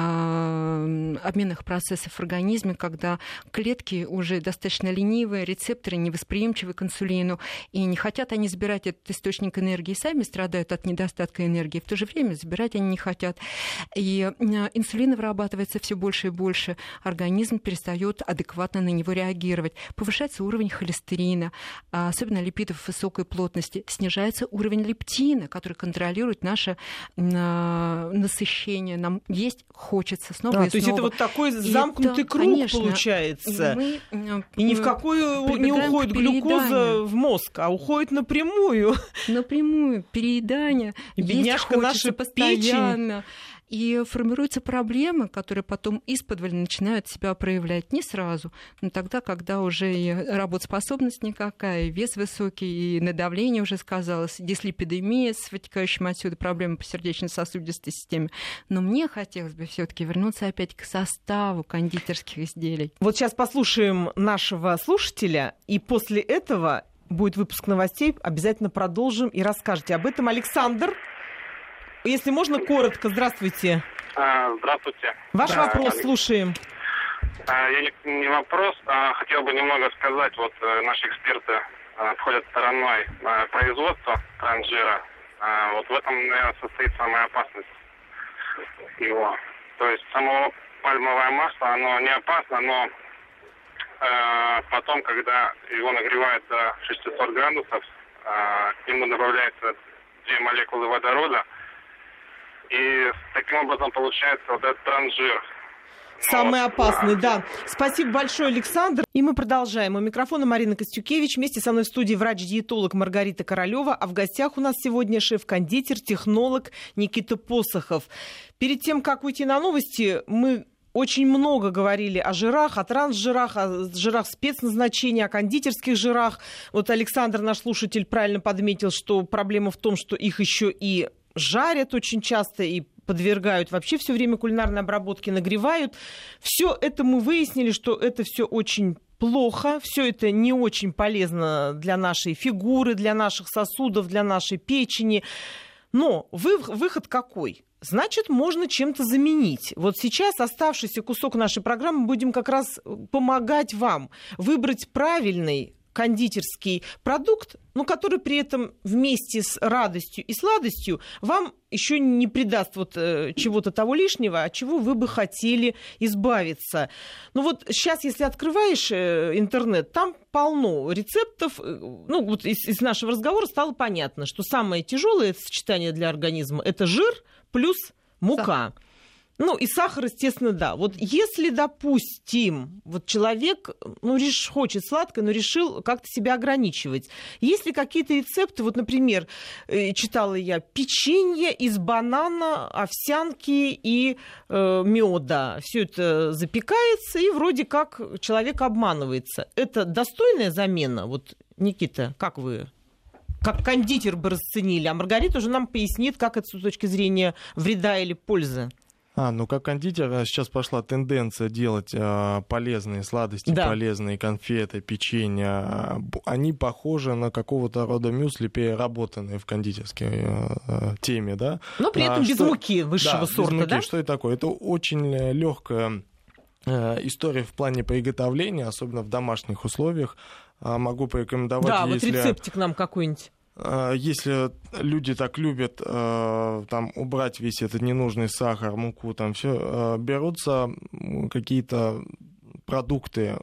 обменных процессов в организме, когда клетки уже достаточно ленивые, рецепторы невосприимчивы к инсулину, и не хотят они забирать этот источник энергии, сами страдают от недостатка энергии, в то же время забирать они не хотят. И инсулин вырабатывается все больше и больше, организм перестает адекватно на него реагировать. Повышается уровень холестерина, особенно липидов высокой плотности, снижается уровень лептина, который контролирует наше насыщение, нам есть хочется снова и снова. То есть это вот такой замкнутый круг, конечно, получается. И ни в какую не уходит глюкоза в мозг, а уходит напрямую. Напрямую. Переедание. И бедняжка наша постоянно. Печень. И формируются проблемы, которые потом исподволь начинают себя проявлять не сразу, но тогда, когда уже и работоспособность никакая, и вес высокий, и на давление уже сказалось, дислипидемия с вытекающим отсюда проблемы по сердечно-сосудистой системе. Но мне хотелось бы все-таки вернуться опять к составу кондитерских изделий. Вот сейчас послушаем нашего слушателя, и после этого будет выпуск новостей. Обязательно продолжим и расскажете об этом. Александр, если можно, коротко. Здравствуйте. Здравствуйте. Ваш вопрос слушаем. Я не вопрос, а хотел бы немного сказать. Вот наши эксперты входят стороной производства транжира. Вот в этом, наверное, состоит самая опасность его. То есть само пальмовое масло, оно не опасно, но потом, когда его нагревают до 600 градусов, к нему добавляется 2 молекулы водорода, и таким образом получается вот этот транжир. Самый опасный, да. Спасибо большое, Александр. И мы продолжаем. У микрофона Марина Костюкевич. Вместе со мной в студии врач-диетолог Маргарита Королева. А в гостях у нас сегодня шеф-кондитер, технолог Никита Посохов. Перед тем, как уйти на новости, мы очень много говорили о жирах, о трансжирах, о жирах спецназначения, о кондитерских жирах. Вот Александр, наш слушатель, правильно подметил, что проблема в том, что их еще и жарят очень часто и подвергают вообще все время кулинарной обработке, нагревают. Все это мы выяснили, что это все очень плохо, все это не очень полезно для нашей фигуры, для наших сосудов, для нашей печени. Но выход какой? Значит, можно чем-то заменить. Вот сейчас оставшийся кусок нашей программы будем как раз помогать вам выбрать правильный кондитерский продукт, но который при этом вместе с радостью и сладостью вам еще не придаст вот чего-то того лишнего, от чего вы бы хотели избавиться. Ну вот сейчас, если открываешь интернет, там полно рецептов. Ну вот из нашего разговора стало понятно, что самое тяжелое сочетание для организма – это жир плюс мука. Ну, и сахар, естественно, да. Вот если, допустим, вот человек, хочет сладкое, но решил как-то себя ограничивать. Есть ли какие-то рецепты, вот, например, читала я, печенье из банана, овсянки и меда. Все это запекается, и вроде как человек обманывается. Это достойная замена? Вот, Никита, как вы... Как кондитер бы расценили, а Маргарита уже нам пояснит, как это с точки зрения вреда или пользы. Как кондитер сейчас пошла тенденция делать полезные сладости, да. Полезные конфеты, печенье. Они похожи на какого-то рода мюсли, переработанные в кондитерской теме, да? Но при этом без муки высшего сорта, без муки. Да? Что это такое? Это очень легкая история в плане приготовления, особенно в домашних условиях. Могу порекомендовать, да, вот рецептик нам какой-нибудь. Если люди так любят там убрать весь этот ненужный сахар, муку, там все, берутся какие-то продукты,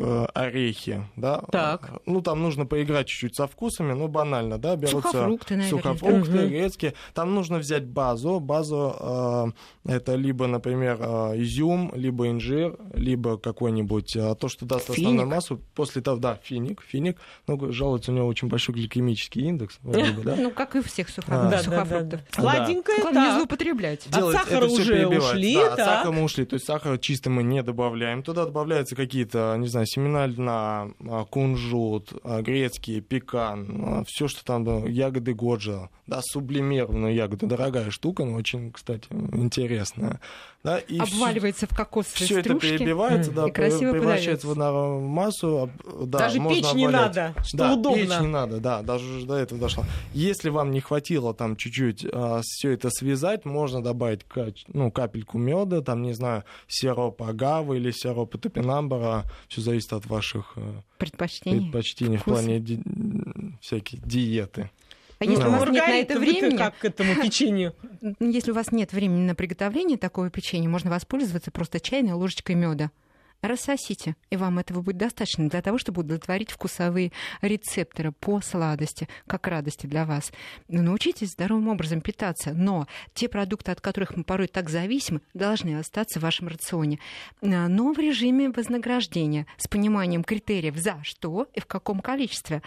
орехи, да. Так. Там нужно поиграть чуть-чуть со вкусами, банально, да, берутся сухофрукты, грецкие. Там нужно взять базу. Базу это либо, например, изюм, либо инжир, либо какой-нибудь то, что даст основную массу. После того, да, финик. Жалуется, у него очень большой гликемический индекс. Да? Как и у всех сухофруктов. Сладенькое, да. Не злоупотреблять. От сахара уже ушли. Да, от сахара мы ушли. То есть сахар чисто мы не добавляем. Туда добавляются какие-то, не знаю, семена льна, кунжут, грецкий, пекан, все, что там, ягоды годжа, да, сублимированную ягоду, дорогая штука, но очень, кстати, интересная. Да, и обваливается в кокосовой стружке. Все это перебивается, да, превращается в одну массу. Да, даже печь не надо, что удобно. Печь не надо, да, даже до этого дошло. Если вам не хватило там чуть-чуть все это связать, можно добавить капельку меда, там, не знаю, сироп агавы или сироп топинамбура, все зависит от ваших предпочтений в плане всякие диеты. А если у вас нет на это времени, как к этому печенью? Если у вас нет времени на приготовление такого печенья, можно воспользоваться просто чайной ложечкой меда. Рассосите, и вам этого будет достаточно для того, чтобы удовлетворить вкусовые рецепторы по сладости, как радости для вас. Научитесь здоровым образом питаться, но те продукты, от которых мы порой так зависимы, должны остаться в вашем рационе. Но в режиме вознаграждения, с пониманием критериев за что и в каком количестве.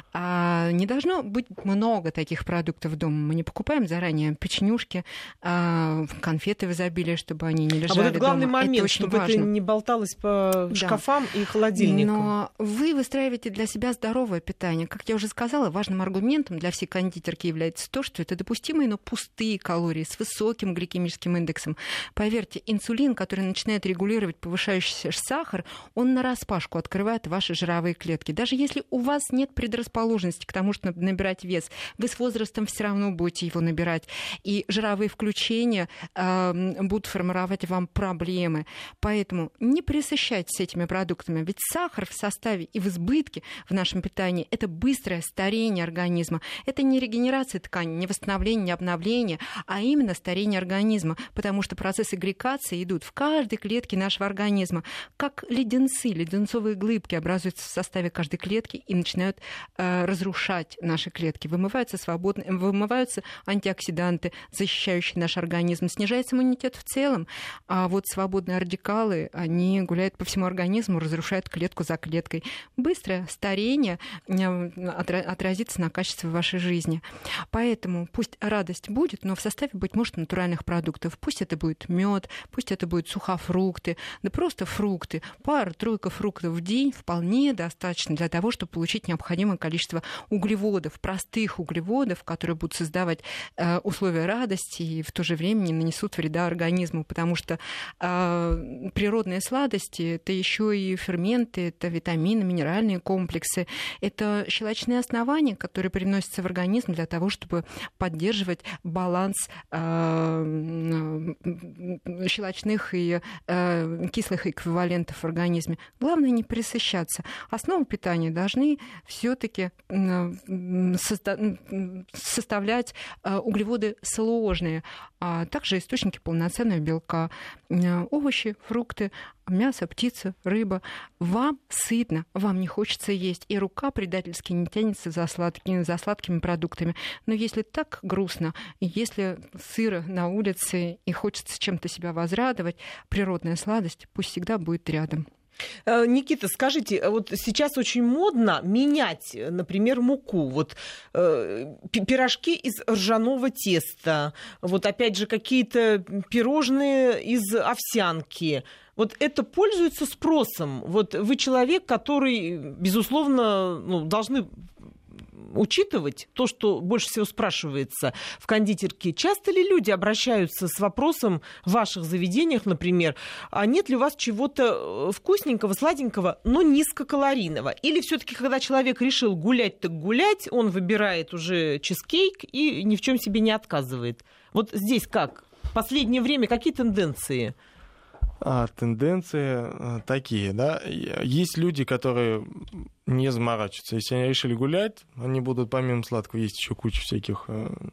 Не должно быть много таких продуктов дома. Мы не покупаем заранее печенюшки, конфеты в изобилии, чтобы они не лежали дома. А вот это главный момент, чтобы это не болталось по шкафам и холодильникам. Но вы выстраиваете для себя здоровое питание. Как я уже сказала, важным аргументом для всей кондитерки является то, что это допустимые, но пустые калории с высоким гликемическим индексом. Поверьте, инсулин, который начинает регулировать повышающийся сахар, он нараспашку открывает ваши жировые клетки. Даже если у вас нет предрасположенности к тому, чтобы набирать вес, вы с возрастом все равно будете его набирать. И жировые включения будут формировать вам проблемы. Поэтому не преследуйте присыщайтесь этими продуктами, ведь сахар в составе и в избытке в нашем питании – это быстрое старение организма. Это не регенерация ткани, не восстановление, не обновление, а именно старение организма, потому что процессы гликации идут в каждой клетке нашего организма, как леденцы, леденцовые глыбки образуются в составе каждой клетки и начинают разрушать наши клетки. Вымываются антиоксиданты, защищающие наш организм, снижается иммунитет в целом, а вот свободные радикалы, они гуляют по всему организму, разрушают клетку за клеткой. Быстрое старение отразится на качестве вашей жизни. Поэтому пусть радость будет, но в составе, быть может, натуральных продуктов. Пусть это будет мед, пусть это будут сухофрукты, да просто фрукты. Пара-тройка фруктов в день вполне достаточно для того, чтобы получить необходимое количество углеводов, простых углеводов, которые будут создавать условия радости и в то же время не нанесут вреда организму, потому что природные сладости — это еще и ферменты, это витамины, минеральные комплексы, это щелочные основания, которые приносятся в организм для того, чтобы поддерживать баланс щелочных и кислых эквивалентов в организме. Главное не пресыщаться. Основу питания должны все-таки составлять углеводы сложные, а также источники полноценного белка. Овощи, фрукты, мясо, птица, рыба. Вам сытно, вам не хочется есть, и рука предательски не тянется за сладкими продуктами. Но если так грустно, если сыро на улице и хочется чем-то себя возрадовать, природная сладость пусть всегда будет рядом. Никита, скажите, вот сейчас очень модно менять, например, муку. Вот пирожки из ржаного теста, вот опять же какие-то пирожные из овсянки. Вот это пользуется спросом. Вот вы человек, который, безусловно, должны учитывать то, что больше всего спрашивается в кондитерке. Часто ли люди обращаются с вопросом в ваших заведениях, например, а нет ли у вас чего-то вкусненького, сладенького, но низкокалорийного? Или все-таки, когда человек решил гулять, так гулять, он выбирает уже чизкейк и ни в чем себе не отказывает? Вот здесь как? В последнее время какие тенденции? Тенденции такие, да. Есть люди, которые не заморачиваются. Если они решили гулять, они будут помимо сладкого есть еще кучу всяких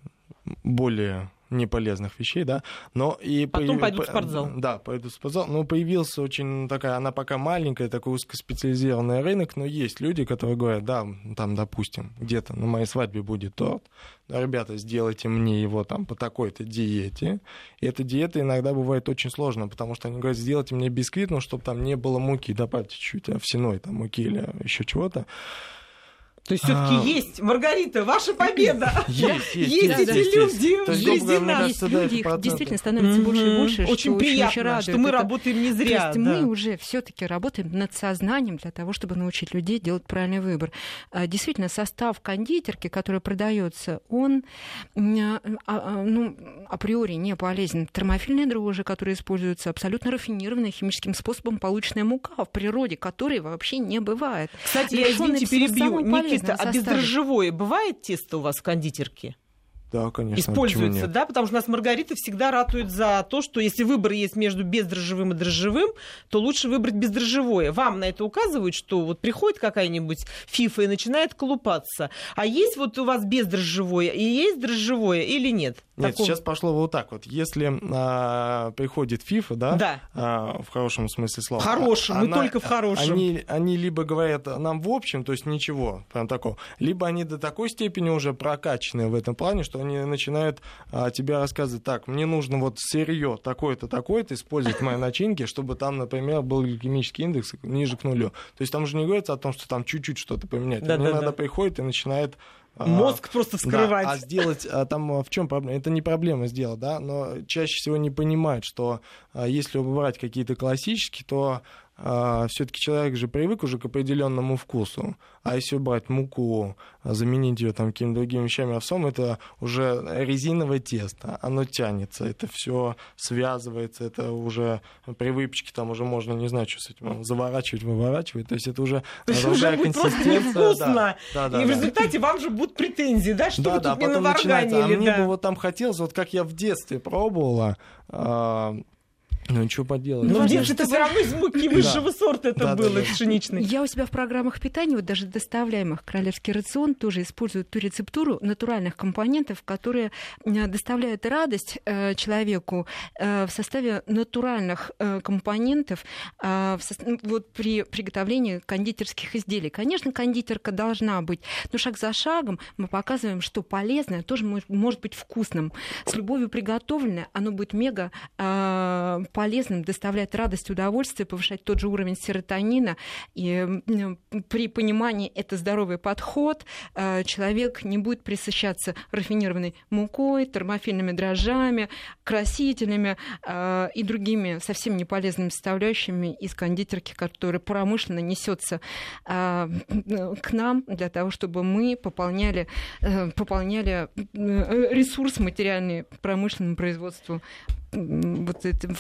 более неполезных вещей, да. Но и потом пойдут в спортзал. Да, пойдут в спортзал. Но появился очень такая, она пока маленькая, такой узкоспециализированный рынок, но есть люди, которые говорят, да, там, допустим, где-то на моей свадьбе будет торт, ребята, сделайте мне его там по такой-то диете. И эта диета иногда бывает очень сложна, потому что они говорят, сделайте мне бисквит, но чтобы там не было муки, добавьте чуть-чуть овсяной там муки или еще чего-то. То есть все-таки есть, Маргарита, ваша победа. Есть эти люди среди нас. Есть люди, их действительно становится больше и больше. Очень приятно, что мы работаем не зря. То есть мы уже все-таки работаем над сознанием для того, чтобы научить людей делать правильный выбор. Действительно, состав кондитерки, который продается, он априори не полезен. Термофильные дрожжи, которые используются, абсолютно рафинированная химическим способом полученная мука в природе, которой вообще не бывает. Кстати, я, извините, перебью. Никита, а бездрожжевое бывает тесто у вас в кондитерке? Да, конечно. Используется, да? Потому что у нас Маргарита всегда ратует за то, что если выбор есть между бездрожжевым и дрожжевым, то лучше выбрать бездрожжевое. Вам на это указывают, что вот приходит какая-нибудь фифа и начинает колупаться. А есть вот у вас бездрожжевое и есть дрожжевое или нет? Нет, сейчас пошло вот так вот. Если приходит фифа, да. В хорошем смысле слова. В хорошем, мы только в хорошем. Они либо говорят нам в общем, то есть ничего прям такого, либо они до такой степени уже прокачаны в этом плане, что они начинают тебе рассказывать, так, мне нужно вот сырье такое-то, такое-то использовать в моей начинке, чтобы там, например, был гликемический индекс ниже к нулю. То есть там уже не говорится о том, что там чуть-чуть что-то поменять. Мне надо приходит и начинает мозг просто вскрывать. Да, а сделать, там в чем проблема? Это не проблема сделать, да, но чаще всего не понимают, что если убрать какие-то классические, то все-таки человек же привык уже к определенному вкусу. А если убрать муку, заменить ее там какими-то другими вещами, овсом, это уже резиновое тесто, оно тянется, это все связывается, это уже при выпечке там уже можно, не знаю, что с этим, заворачивать, выворачивать, то есть это уже другая консистенция. Невкусно. Да, и в результате вам же будут претензии, да, что вы тут не наварганили. А мне бы вот там хотелось, вот как я в детстве пробовала, Ну, ничего поделать. Но в детстве это все равно из муки высшего сорта это было, пшеничный. Я у себя в программах питания, вот даже доставляемых королевский рацион, тоже использую ту рецептуру натуральных компонентов, которые доставляют радость человеку в составе натуральных компонентов вот при приготовлении кондитерских изделий. Конечно, кондитерка должна быть, но шаг за шагом мы показываем, что полезное тоже может быть вкусным. С любовью приготовленное оно будет мега полезным, доставлять радость, удовольствие, повышать тот же уровень серотонина. И при понимании это здоровый подход, человек не будет присыщаться рафинированной мукой, термофильными дрожжами, красителями и другими совсем неполезными составляющими из кондитерки, которая промышленно несется к нам для того, чтобы мы пополняли ресурс материальный промышленному производству вот этим,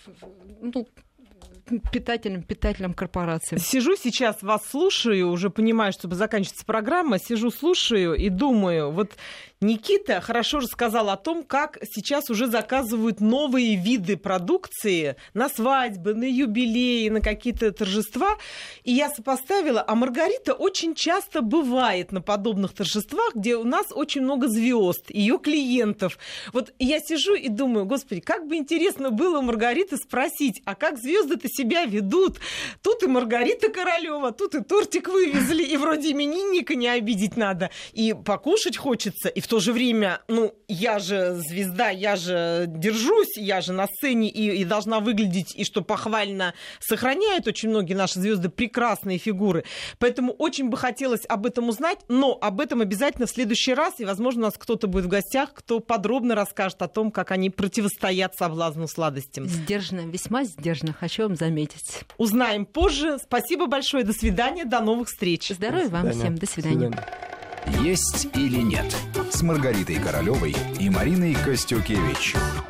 питателям корпорации. Сижу сейчас, вас слушаю, уже понимаю, чтобы заканчивается программа, сижу, слушаю и думаю, вот Никита хорошо рассказал о том, как сейчас уже заказывают новые виды продукции на свадьбы, на юбилеи, на какие-то торжества. И я сопоставила, а Маргарита очень часто бывает на подобных торжествах, где у нас очень много звезд, ее клиентов. Вот я сижу и думаю, господи, как бы интересно было у Маргариты спросить, а как звезды-то себя ведут? Тут и Маргарита Королева, тут и тортик вывезли, и вроде именинника не обидеть надо, и покушать хочется, и в то же время, я же звезда, я же держусь, я же на сцене и должна выглядеть, и что похвально сохраняют очень многие наши звезды прекрасные фигуры. Поэтому очень бы хотелось об этом узнать, но об этом обязательно в следующий раз, и, возможно, у нас кто-то будет в гостях, кто подробно расскажет о том, как они противостоят соблазну сладостям. Сдержанно, весьма сдержанно, хочу вам заметить. Узнаем позже. Спасибо большое, до свидания, до новых встреч. Здоровья вам всем, до свидания. «Есть или нет» с Маргаритой Королевой и Мариной Костюкевич.